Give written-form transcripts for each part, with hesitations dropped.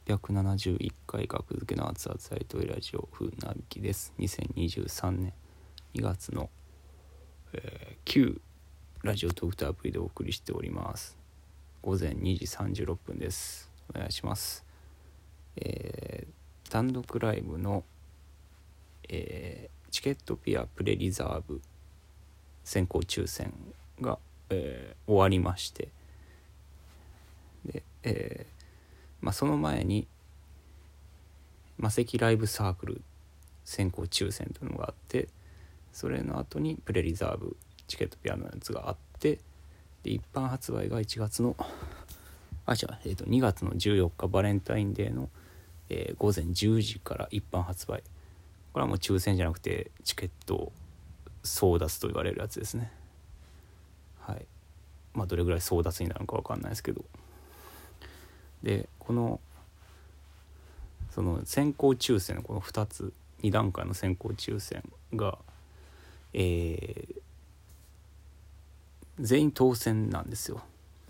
871回学付けの熱々アイトイラジオ風なびきです。2023年2月の、旧ラジオトークとアプリでお送りしております。午前2時36分です。お願いします。単独ライブの、チケットピアプレリザーブ先行抽選が、終わりまして、で、その前にマセキライブサークル先行抽選というのがあって、それの後にプレリザーブチケットピアのやつがあって、で一般発売が2月の14日バレンタインデーの、午前10時から一般発売。これはもう抽選じゃなくてチケット争奪と言われるやつですね。はい。どれぐらい争奪になるのか分かんないですけど、でその先行抽選のこの2段階の先行抽選が、全員当選なんですよ。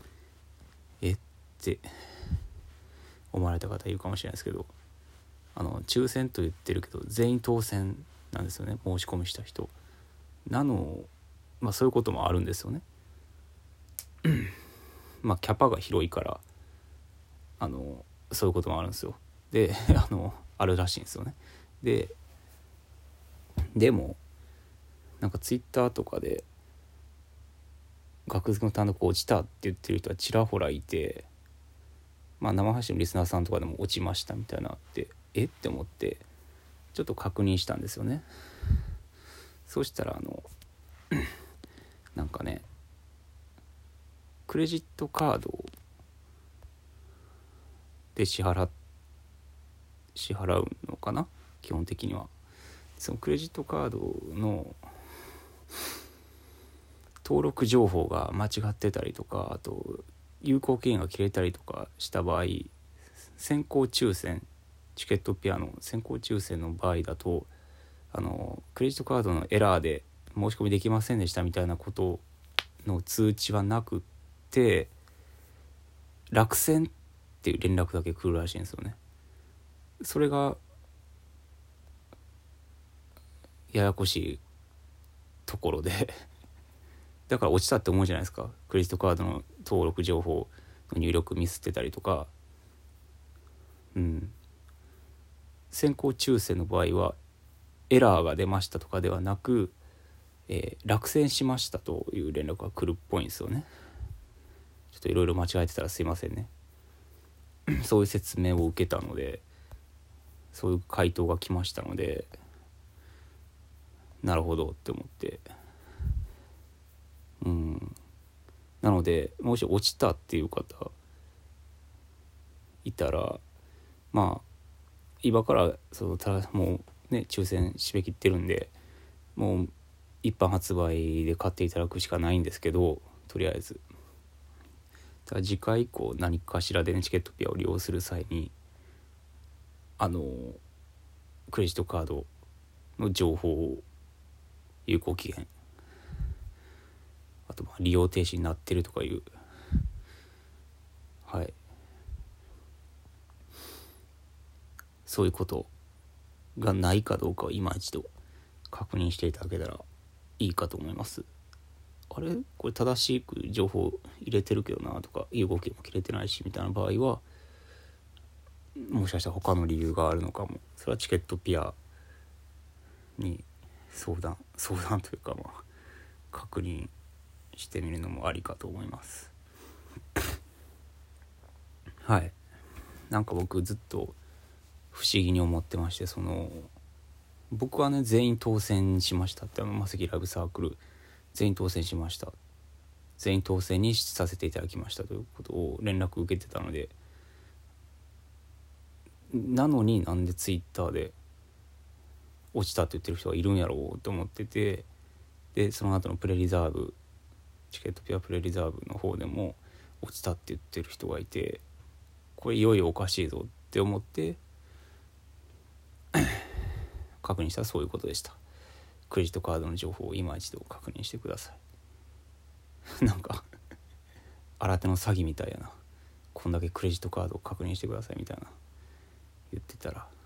って思われた方いるかもしれないですけど、抽選と言ってるけど全員当選なんですよね。申し込みした人そういうこともあるんですよね。キャパが広いからそういうこともあるんですよ。であるらしいんですよね。でもツイッターとかで学付けの単独落ちたって言ってる人はちらほらいて、生配信のリスナーさんとかでも落ちましたみたいなってって思ってちょっと確認したんですよね。そうしたらクレジットカードで支払うのかな、基本的には。そのクレジットカードの登録情報が間違ってたりとか、あと有効期限が切れたりとかした場合、先行抽選チケットピアの先行抽選の場合だとクレジットカードのエラーで申し込みできませんでしたみたいなことの通知はなくって、落選っていう連絡だけ来るらしいんですよね。それがややこしいところでだから落ちたって思うじゃないですか。クレジットカードの登録情報の入力ミスってたりとか、先行抽選の場合はエラーが出ましたとかではなく、落選しましたという連絡が来るっぽいんですよね。ちょっといろいろ間違えてたらすいませんね。そういう説明を受けたので、そういう回答が来ましたので、なるほどって思って、なのでもし落ちたっていう方いたら、今からもうね抽選締め切ってるんで、もう一般発売で買っていただくしかないんですけど、とりあえず次回以降何かしらで、チケットピアを利用する際にクレジットカードの情報を有効期限、あと利用停止になってるとかいう、そういうことがないかどうかを今一度確認していただけたらいいかと思います。これ正しく情報入れてるけどなとか、有効期限も切れてないしみたいな場合は、もしかしたら他の理由があるのかも。それはチケットピアに相談というか、確認してみるのもありかと思います。はい。僕ずっと不思議に思ってまして、僕はね全員当選しましたって、マセキライブサークル全員当選しました、全員当選にさせていただきましたということを連絡受けてたので、なのになんでツイッターで落ちたって言ってる人がいるんやろうと思ってて、でその後のプレリザーブチケットピアプレリザーブの方でも落ちたって言ってる人がいて、これいよいよおかしいぞって思って確認したらそういうことでした。クレジットカードの情報を今一度確認してください。新手の詐欺みたいやな。こんだけクレジットカードを確認してくださいみたいな。 言ってたら、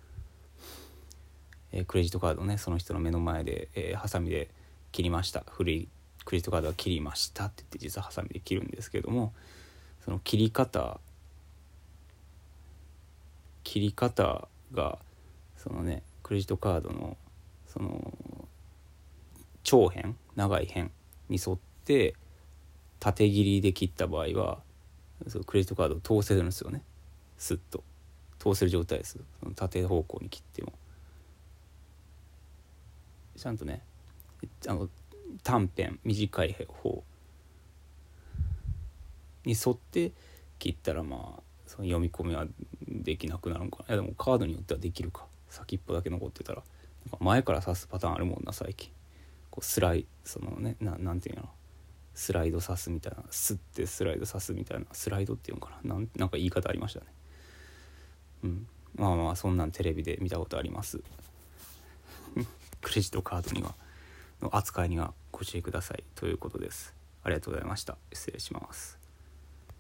クレジットカードねその人の目の前で、ハサミで切りました、古いクレジットカードは切りましたって言って実はハサミで切るんですけども、その切り方がそのねクレジットカードのその長辺長い辺に沿って縦切りで切った場合はそのクレジットカードを通せるんですよね。スッと通せる状態です。その縦方向に切ってもちゃんとね短辺短い方に沿って切ったらまあその読み込みはできなくなるのかな。いやでもカードによってはできるか。先っぽだけ残ってたらなんか前から刺すパターンあるもんな最近。こうスライそのねなんていうのスライド刺すみたいな、スッてスライド刺すみたいな、スライドっていうのかな、なんか言い方ありましたね。まあそんなんテレビで見たことありますクレジットカードにはの扱いにはご注意くださいということです。ありがとうございました。失礼します。